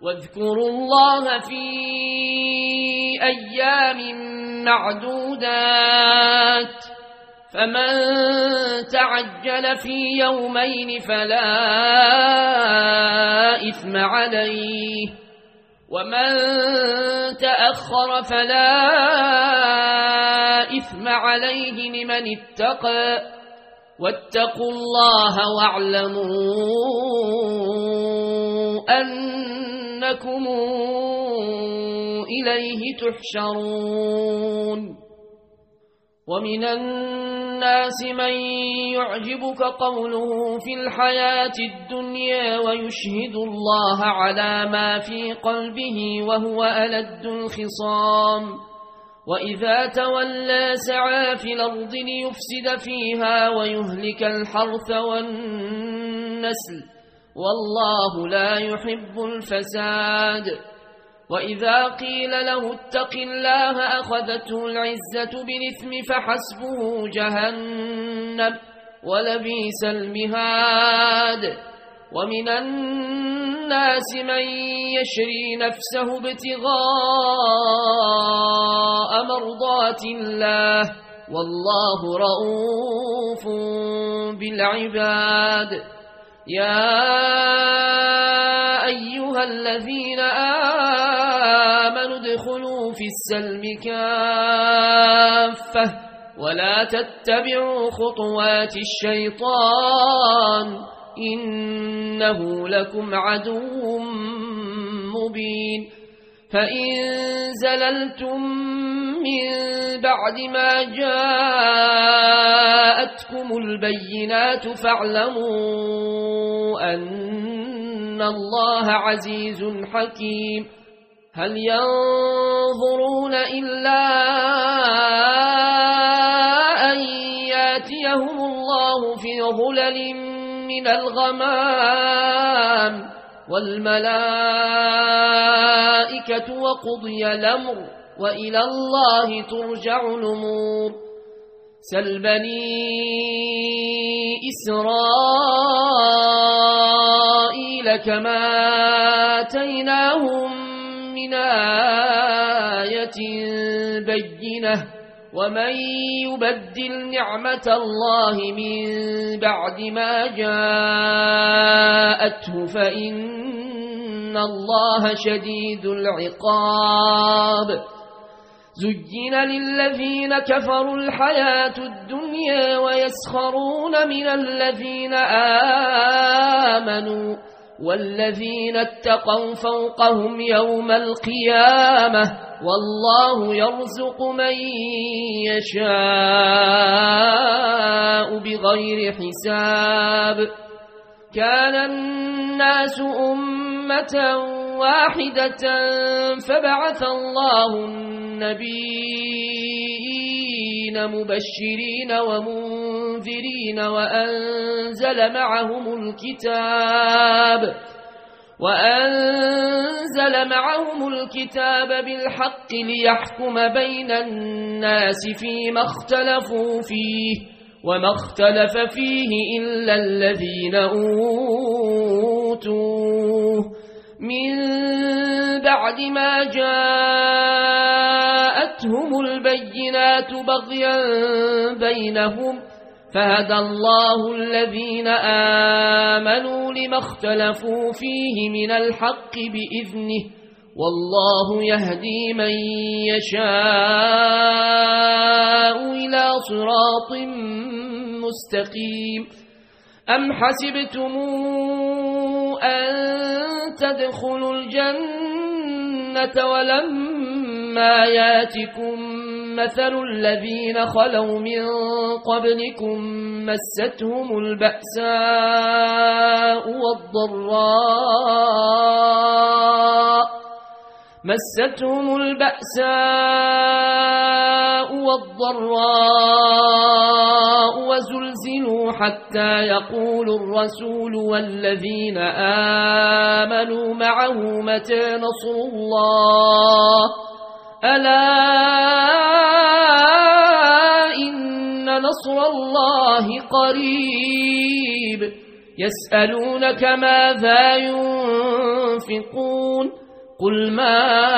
واذكروا الله في أيام معدودات فمن تعجل في يومين فلا إثم عليه ومن تأخر فلا إثم عليه لمن اتقى واتقوا الله واعلموا أنكم إليه تحشرون ومن الناس من يعجبك قوله في الحياة الدنيا ويشهد الله على ما في قلبه وهو ألد الخصام وإذا تولى سعى في الأرض ليفسد فيها ويهلك الحرث والنسل والله لا يحب الفساد وإذا قيل له اتق الله أخذته العزة بالإثم فحسبه جهنم ولبئس المهاد ومن الناس من يشري نفسه ابتغاء مرضات الله والله رؤوف بالعباد يا أيها الذين آمنوا ادخلوا في السلم كافة ولا تتبعوا خطوات الشيطان إنه لكم عدو مبين فإن زللتم من بعد ما جاءتكم البينات فاعلموا أن الله عزيز حكيم هل ينظرون إلا أن ياتيهم الله في ظلل من الغمام والملائكة وقضي الأمر وإلى الله ترجع الأمور سل بني إسرائيل كما آتيناهم من آية بينة ومن يبدل نعمة الله من بعد ما جاءته فإن الله شديد العقاب زين للذين كفروا الحياة الدنيا ويسخرون من الذين آمنوا والذين اتقوا فوقهم يوم القيامة والله يرزق من يشاء بغير حساب كان الناس أمة واحدة فبعث الله النبيين مبشرين ومنذرين وأنزل معهم الكتاب بالحق ليحكم بين الناس فيما اختلفوا فيه وما اختلف فيه إلا الذين أوتوه من بعد ما جاءتهم البينات بغيا بينهم فهدى الله الذين آمنوا لما اختلفوا فيه من الحق بإذنه والله يهدي من يشاء إلى صراط مستقيم أم حسبتم أن تدخلوا الجنة ولما ياتكم مثل الذين خلوا من قبلكم مستهم البأساء والضراء وزلزلوا حتى يقول الرسول والذين آمنوا معه متى نصر الله ألا إن نصر الله قريب يسألونك ماذا ينفقون ينفقون قل ما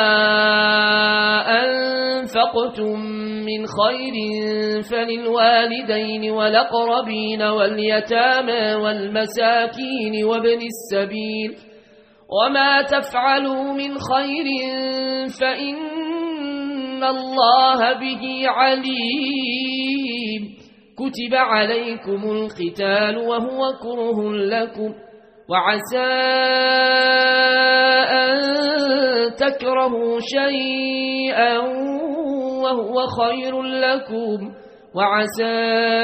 أنفقتم من خير فللوالدين والأقربين واليتامى والمساكين وابن السبيل وما تفعلوا من خير فإن الله به عليم كتب عليكم القتال وهو كره لكم وعسى أن تكرهوا شيئا وهو خير لكم وعسى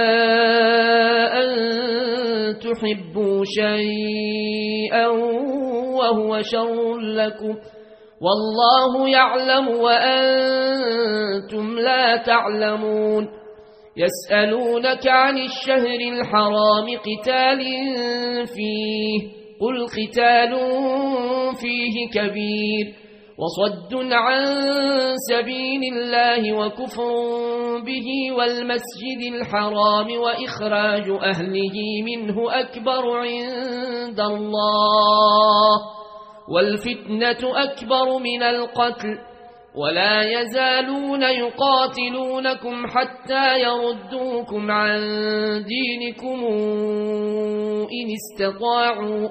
أن تحبوا شيئا وهو شر لكم والله يعلم وأنتم لا تعلمون يسألونك عن الشهر الحرام قتال فيه قل قتال فيه كبير وصد عن سبيل الله وكفر به والمسجد الحرام وإخراج أهله منه أكبر عند الله والفتنة أكبر من القتل ولا يزالون يقاتلونكم حتى يردوكم عن دينكم إن استطاعوا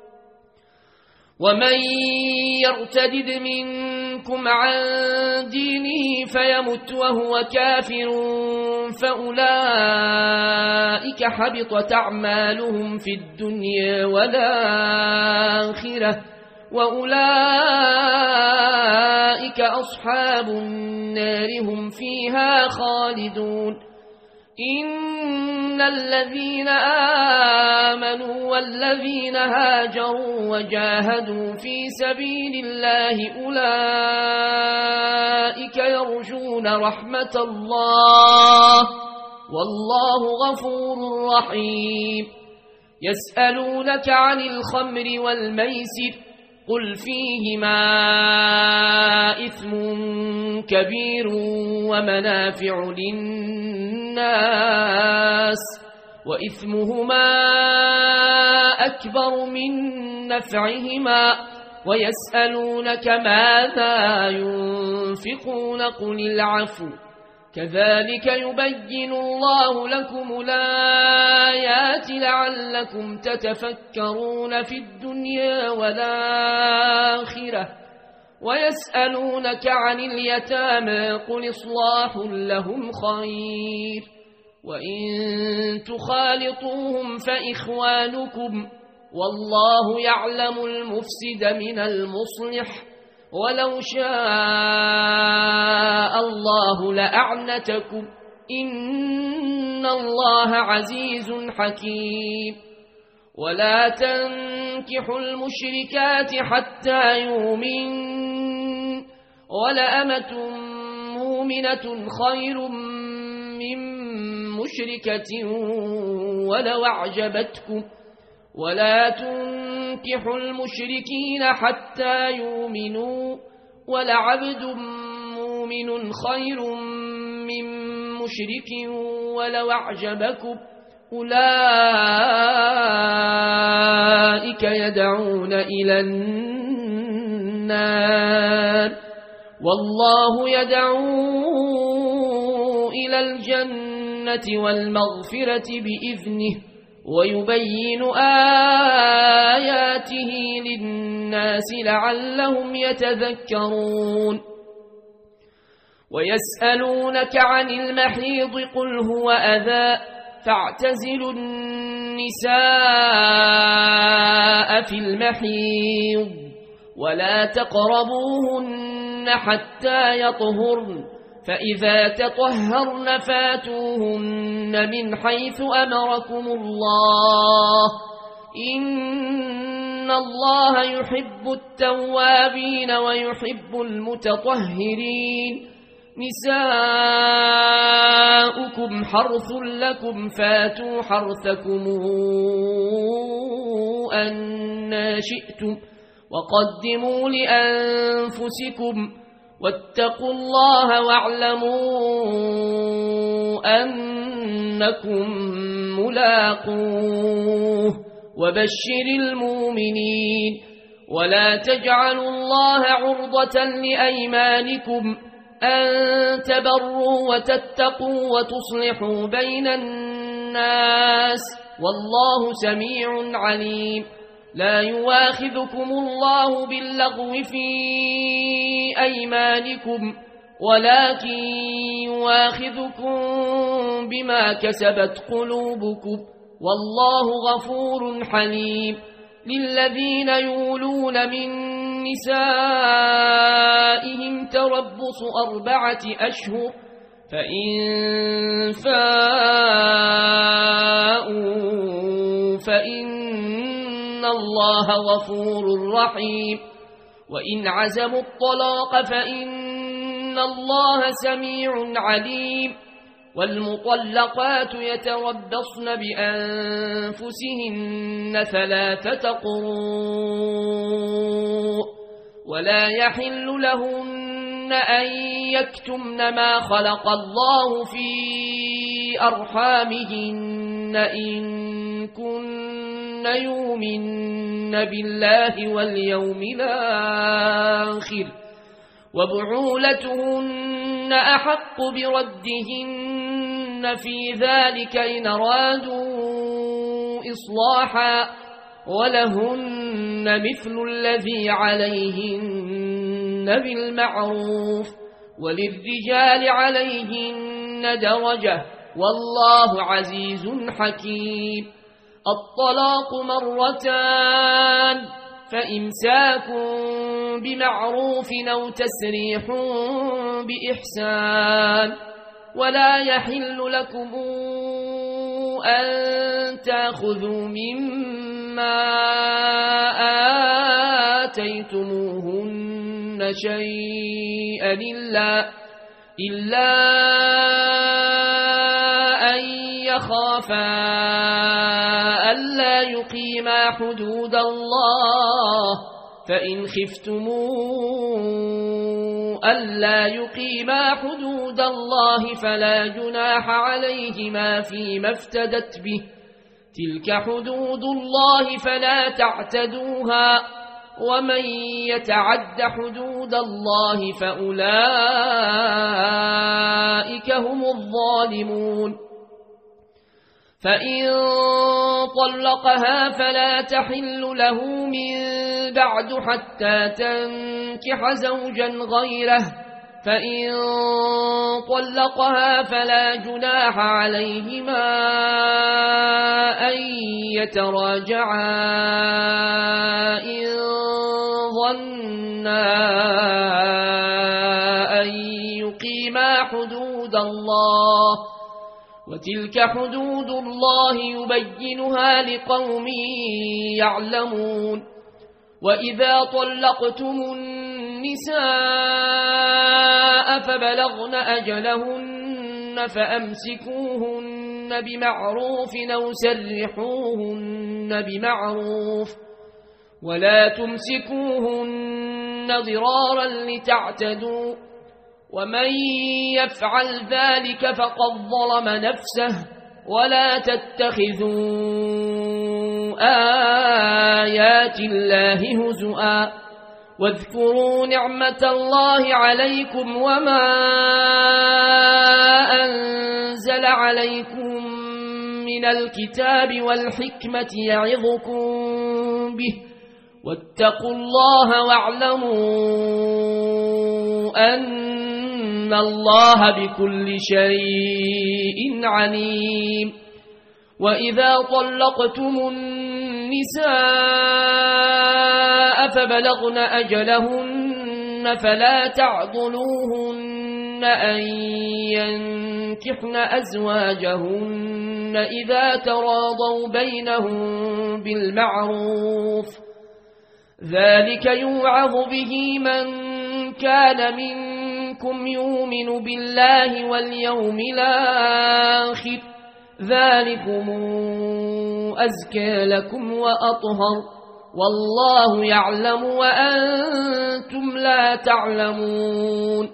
ومن يرتدد منكم عن دينه فيمت وهو كافر فأولئك حبطت أعمالهم في الدنيا والآخرة وأولئك أصحاب النار هم فيها خالدون إن الذين آمنوا والذين هاجروا وجاهدوا في سبيل الله أولئك يرجون رحمة الله والله غفور رحيم يسألونك عن الخمر والميسر قل فيهما إثم كبير ومنافع للناس وإثمهما أكبر من نفعهما ويسألونك ماذا ينفقون قل العفو كذلك يبين الله لكم الآيات لعلكم تتفكرون في الدنيا والآخرة ويسألونك عن اليتامى قل إصلاح لهم خير وإن تخالطوهم فإخوانكم والله يعلم المفسد من المصلح ولو شاء الله لأعنتكم إن الله عزيز حكيم ولا تنكحوا المشركات حتى يؤمن ولأمة مؤمنة خير من مشركة ولو أعجبتكم ولا تنكحوا المشركين حتى يؤمنوا ولعبد مؤمن خير من مشرك ولو أعجبكم أولئك يدعون إلى النار والله يدعو إلى الجنة والمغفرة بإذنه ويبين آياته للناس لعلهم يتذكرون ويسألونك عن المحيض قل هو أذى فاعتزلوا النساء في المحيض ولا تقربوهن حتى يطهرن فإذا تطهرن فاتوهن من حيث أمركم الله إن الله يحب التوابين ويحب المتطهرين نساؤكم حرث لكم فاتوا حرثكم أن شئتم وقدموا لأنفسكم واتقوا الله واعلموا أنكم ملاقوه وبشر المؤمنين ولا تجعلوا الله عرضة لأيمانكم أن تبروا وتتقوا وتصلحوا بين الناس والله سميع عليم. لا يواخذكم الله باللغو في أيمانكم ولكن يواخذكم بما كسبت قلوبكم والله غفور حليم. للذين يولون من نسائهم تربص 4 أشهر فإن فاءوا فإن الله غفور رحيم. وإن عزموا الطلاق فإن الله سميع عليم. والمطلقات يتربصن بأنفسهن 3 قروء ولا يحل لهن أن يكتمن ما خلق الله في أرحامهن إن كن يؤمن بالله واليوم الآخر وبعولتهن أحق بردهن في ذلك إن أرادوا إصلاحا ولهن مثل الذي عليهن بالمعروف وللرجال عليهن درجة والله عزيز حكيم. الطلاق 2 فإمساك بمعروف أو تسريح بإحسان. ولا يحل لكم أن تأخذوا مما آتيتموهن شيئا إلا أن يخافا ألا يقيما حدود الله فإن خفتموا ألا يقيما حدود الله فلا جناح عليهما فيما افتدت به تلك حدود الله فلا تعتدوها ومن يتعد حدود الله فأولئك هم الظالمون. فإن طلقها فلا تحل له من بعد حتى تنكح زوجا غيره فإن طلقها فلا جناح عليهما أن يتراجعا إن ظنا أن يقيما حدود الله وتلك حدود الله يبينها لقوم يعلمون. وإذا طلقتم النساء فبلغن أجلهن فأمسكوهن بمعروف أو سرحوهن بمعروف ولا تمسكوهن ضرارا لتعتدوا ومن يفعل ذلك فقد ظلم نفسه. ولا تتخذوا آيات الله هزؤا واذكروا نعمة الله عليكم وما أنزل عليكم من الكتاب والحكمة يعظكم به واتقوا الله واعلموا أن الله بكل شيء عليم. وإذا طلقتم النساء فبلغن أجلهن فلا تعضلوهن أن ينكحن أزواجهن إذا تراضوا بينهم بالمعروف ذلك يوعظ به من كان منكم يؤمن بالله واليوم الآخر ذلكم أزكى لكم وأطهر والله يعلم وأنتم لا تعلمون.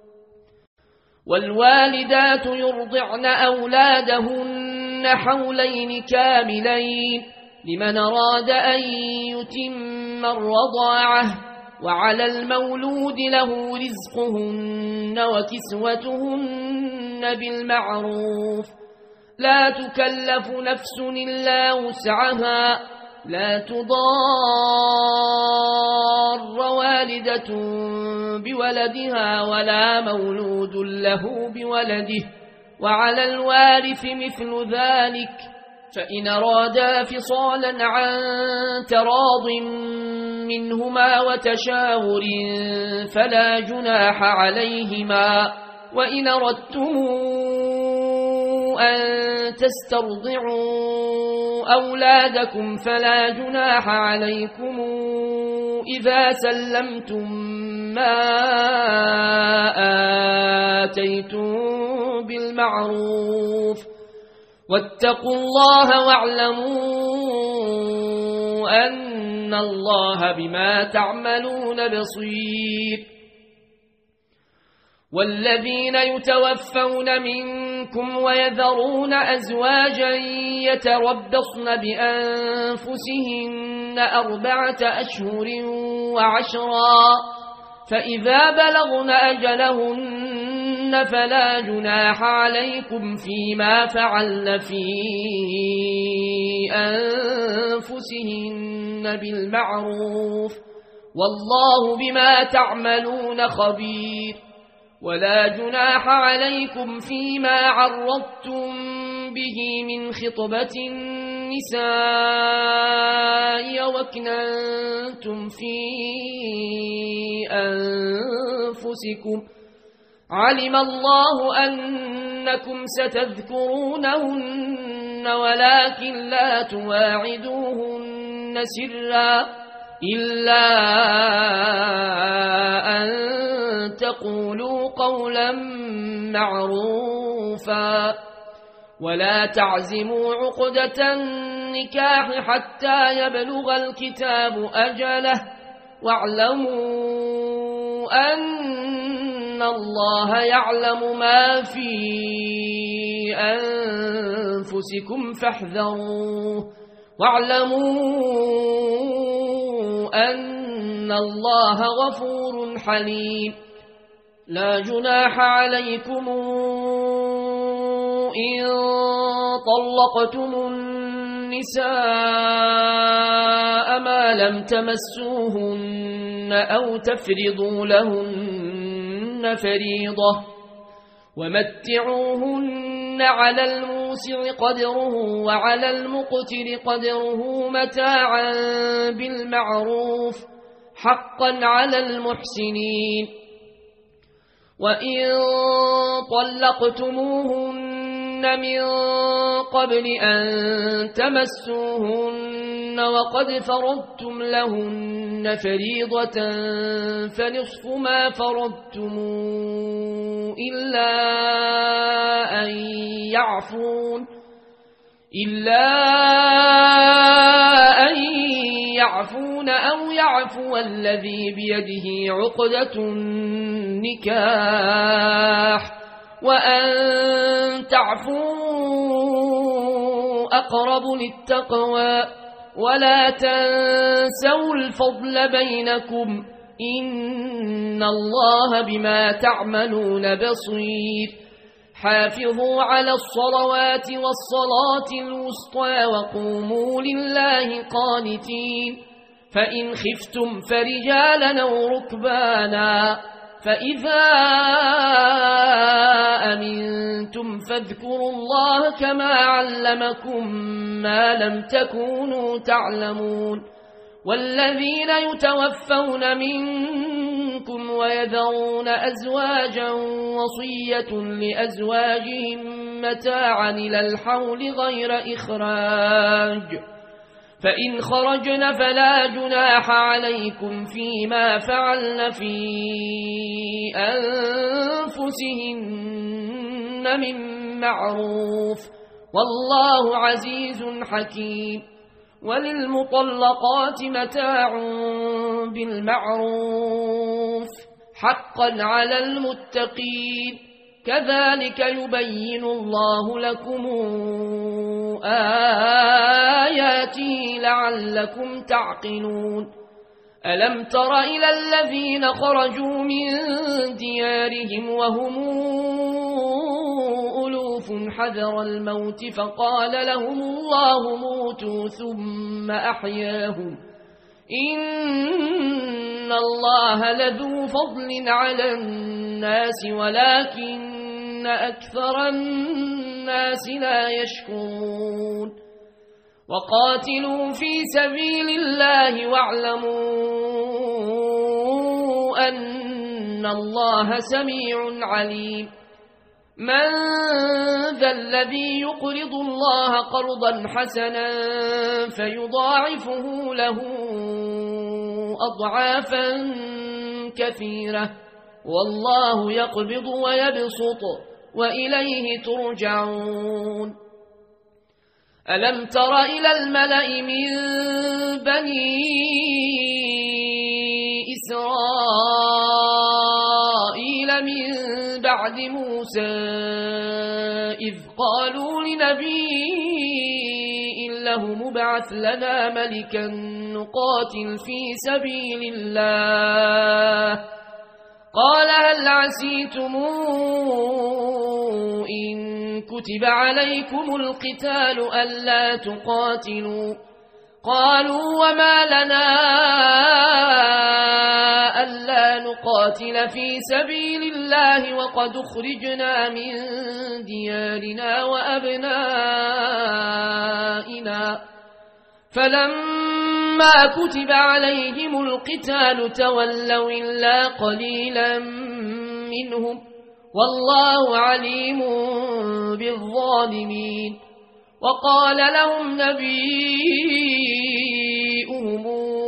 والوالدات يرضعن أولادهن حولين كاملين لمن أراد أن يتم الرضاعة وعلى المولود له رزقهن وكسوتهن بالمعروف لا تكلف نفس إلا وسعها لا تضار والدة بولدها ولا مولود له بولده وعلى الوارث مثل ذلك فإن أرادا فصالا عن تراض منهما وتشاور فلا جناح عليهما وإن أردتم أن تسترضعوا أولادكم فلا جناح عليكم إذا سلمتم ما آتيتم بالمعروف واتقوا الله واعلموا أن الله بما تعملون بصير والذين يتوفون منكم ويذرون أزواجا يتربصن بأنفسهن 4 أشهر وعشرا فإذا بلغن أجلهن فلا جناح عليكم فيما فعلن في أنفسهن بالمعروف والله بما تعملون خبير ولا جناح عليكم فيما عرضتم به من خطبة النساء وكننتم في أنفسكم علم الله أنكم ستذكرونهن ولكن لا تواعدوهن سرا إلا أن تقولوا قولا معروفا ولا تعزموا عقدة النكاح حتى يبلغ الكتاب أجله واعلموا أن الله يعلم ما في أنفسكم فاحذروه واعلموا أن الله غفور حليم لا جناح عليكم إن طلقتم النساء ما لم تمسوهن أو تفرضوا لهن فريضة ومتعوهن على الموسع قدره وعلى المقتر قدره متاعا بالمعروف حقا على المحسنين وإن طلقتموهن من قبل أن تمسوهن وقد فرضتم لهن فريضة فنصف ما فرضتم إلا أن يعفون أو يعفو الذي بيده عقدة النكاح وأن تعفوا أقرب للتقوى ولا تنسوا الفضل بينكم إن الله بما تعملون بصير حافظوا على الصلوات والصلاة الوسطى وقوموا لله قانتين فإن خفتم فرجالا أو ركبانا فإذا أمنتم فاذكروا الله كما علمكم ما لم تكونوا تعلمون والذين يتوفون منكم ويذرون أزواجا وصية لأزواجهم متاعا إلى الحول غير إخراج فإن خرجن فلا جناح عليكم فيما فعلن في أنفسهن من معروف والله عزيز حكيم وللمطلقات متاع بالمعروف حقا على المتقين كذلك يبين الله لكم آياته لعلكم تعقلون ألم تر إلى الذين خرجوا من ديارهم وهم ألوف حذر الموت فقال لهم الله موتوا ثم أحياهم إن الله لذو فضل على الناس ولكن أكثر الناس لا يشكرون وقاتلوا في سبيل الله واعلموا أن الله سميع عليم من ذا الذي يقرض الله قرضا حسنا فيضاعفه له أضعافا كثيرة والله يقبض ويبسط وإليه ترجعون ألم تر إلى الملأ من بني إسرائيل من بعد موسى إذ قالوا لنبي له مبعث لنا ملكا نقاتل في سبيل الله قال هل عسيتم إن كتب عليكم القتال ألا تقاتلوا قالوا وما لنا ألا نقاتل في سبيل الله وقد أخرجنا من ديارنا وأبنائنا فلما كتب عليهم القتال تولوا إلا قليلا منهم والله عليم بالظالمين وقال لهم نبيهم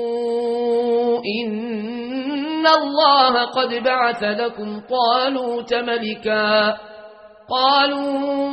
إن الله قد بعث لكم طالوت ملكا قالوا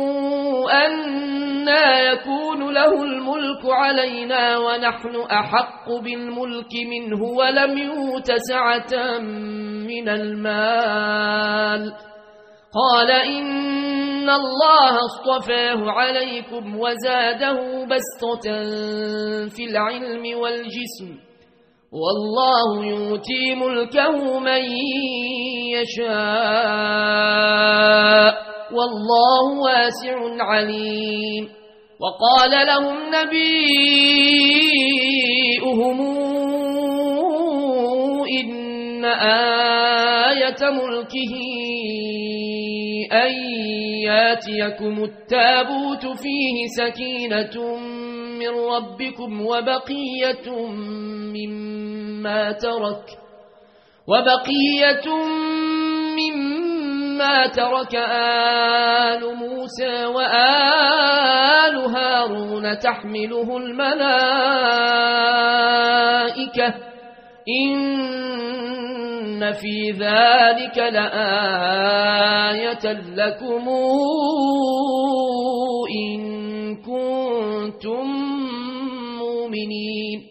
أنى يكون له الملك علينا ونحن أحق بالملك منه ولم يؤت سعة من المال قال إن الله اصطفاه عليكم وزاده بسطة في العلم والجسم والله يؤتي ملكه من يشاء والله واسع عليم وقال لهم نبيهم إن آية ملكه أن ياتيكم التابوت فيه سكينة من ربكم وبقية مما ترك آل موسى وآل هارون تحمله الملائكة إن في ذلك لآية لكم إن كنتم مؤمنين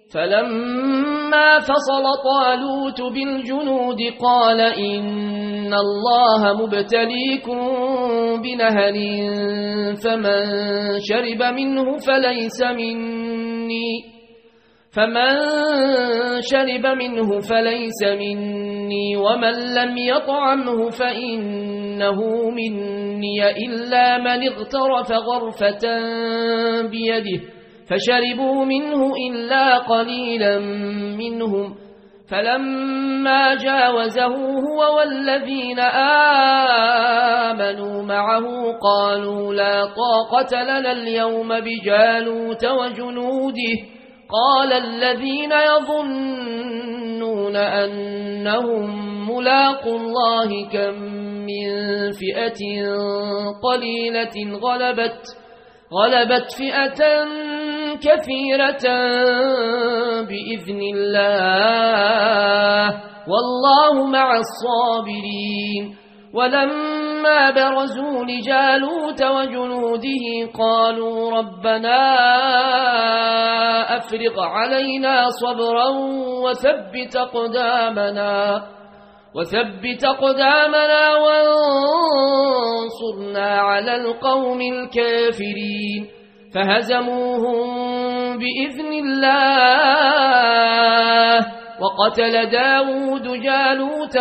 فلما فصل طالوت بالجنود قال إن الله مبتليكم بنهر فمن شرب منه فليس مني ومن لم يطعمه فإنه مني إلا من اغترف غرفة بيده فشربوا منه إلا قليلا منهم فلما جاوزه هو والذين آمنوا معه قالوا لا طاقة لنا اليوم بجالوت وجنوده قال الذين يظنون أنهم ملاقوا الله كم من فئة قليلة غلبت فئة كثيرة بإذن الله والله مع الصابرين ولما برزوا لجالوت وجنوده قالوا ربنا أفرغ علينا صبرا وثبت أقدامنا وانصرنا على القوم الكافرين فهزموهم بإذن الله وقتل داود جالوت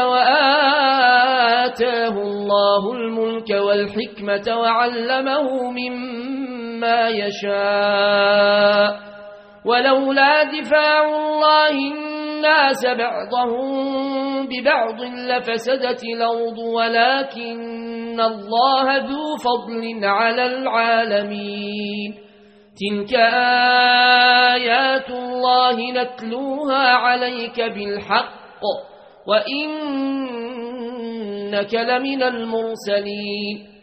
وآتاه الله الملك والحكمة وعلمه مما يشاء ولولا دفاع الله الناس بعضهم ببعض لفسدت الأرض ولكن الله ذو فضل على العالمين تلك آيات الله نتلوها عليك بالحق وإنك لمن المرسلين